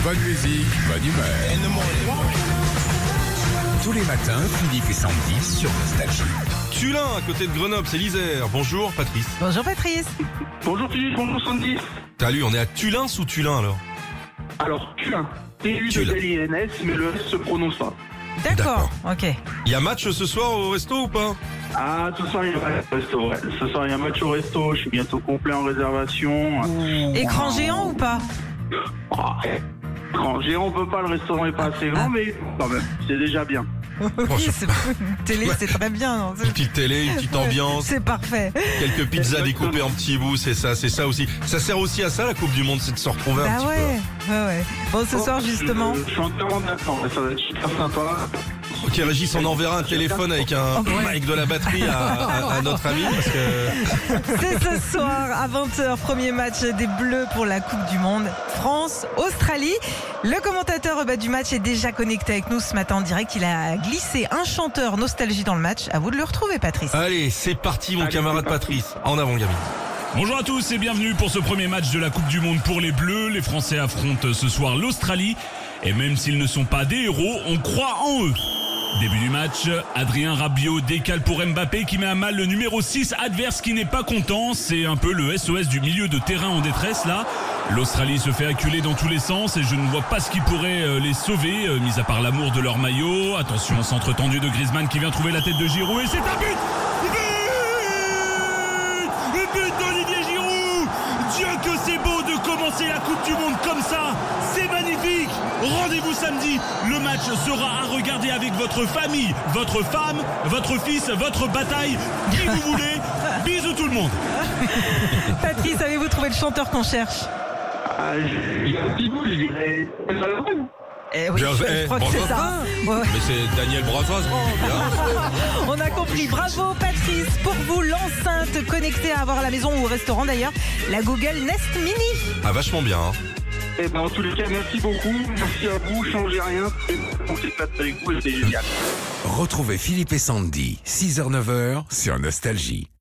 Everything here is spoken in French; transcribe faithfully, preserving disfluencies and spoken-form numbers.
bonne musique, bonne humeur. Tous les matins, Philippe et Sandy sur Nostalgie. Tulin, à côté de Grenoble, c'est l'Isère. Bonjour Patrice. Bonjour Patrice. Bonjour Philippe, bonjour Sandy. Salut, on est à Tulin sous Tulin alors. Alors, Tulin. T U Tulin. de L I N S, mais le S se prononce pas. D'accord, ok. Il y a match ce soir au resto ou pas? Ah, ce soir il y a un match au resto, ouais. Ce soir il y a un match au resto, je suis bientôt complet en réservation. Écran géant ou pas? Ah, écran géant, on peut pas, le restaurant est pas assez grand, mais quand même, c'est déjà bien. Oui, c'est une télé, c'est très bien. Non, Une petite télé, une petite ambiance, c'est parfait. quelques pizzas découpées en petits bouts, c'est ça, c'est ça aussi. Ça sert aussi à ça la Coupe du Monde, c'est de se retrouver un Bah petit ouais, ouais, ouais. Bon, ce Oh, soir justement. Je, je suis en quarante-neuf ans, ça va être super sympa. peu. Ok Régis, on enverra un téléphone avec un avec de la batterie à, à- à notre ami parce que C'est ce soir à vingt heures, premier match des Bleus pour la Coupe du Monde. France-Australie. Le commentateur bah, du match est déjà connecté avec nous ce matin en direct. Il a glissé un chanteur nostalgie dans le match. À vous de le retrouver, Patrice. allez, c'est parti mon Allez, camarade c'est parti. Patrice. En avant Gabi. Bonjour à tous et bienvenue pour ce premier match de la Coupe du Monde pour les Bleus. Les Français affrontent ce soir l'Australie. Et même s'ils ne sont pas des héros, on croit en eux. Début du match, Adrien Rabiot décale pour Mbappé qui met à mal le numéro six adverse qui n'est pas content. C'est un peu le S O S du milieu de terrain en détresse là. L'Australie se fait acculer dans tous les sens et je ne vois pas ce qui pourrait euh, les sauver, euh, mis à part l'amour de leur maillot. Attention, centre tendu de Griezmann qui vient trouver la tête de Giroud et c'est un but! But! Le but d'Olivier Giroud! Dieu que c'est beau de commencer la Coupe du Monde comme ça! C'est magnifique! Rendez-vous samedi, le match sera à regarder avec votre famille, votre femme, votre fils, votre bataille, qui vous voulez. Bisous tout le monde! Patrice, avez-vous trouvé le chanteur qu'on cherche? Ah, j'ai un petit bout, je dirais. Eh oui, Bien, je, eh, je crois que bravo. c'est ça. Ouais, ouais. Mais c'est Daniel Brazos. Bien. On a compris. Bravo Patrice. Pour vous, l'enceinte connectée à avoir à la maison ou au restaurant d'ailleurs, la Google Nest Mini. Ah vachement bien. Hein. Eh ben, en tous les cas, merci beaucoup. Merci à vous, changez rien. On s'éclate avec vous et c'est génial. Retrouvez Philippe et Sandy, six heures neuf heures sur Nostalgie.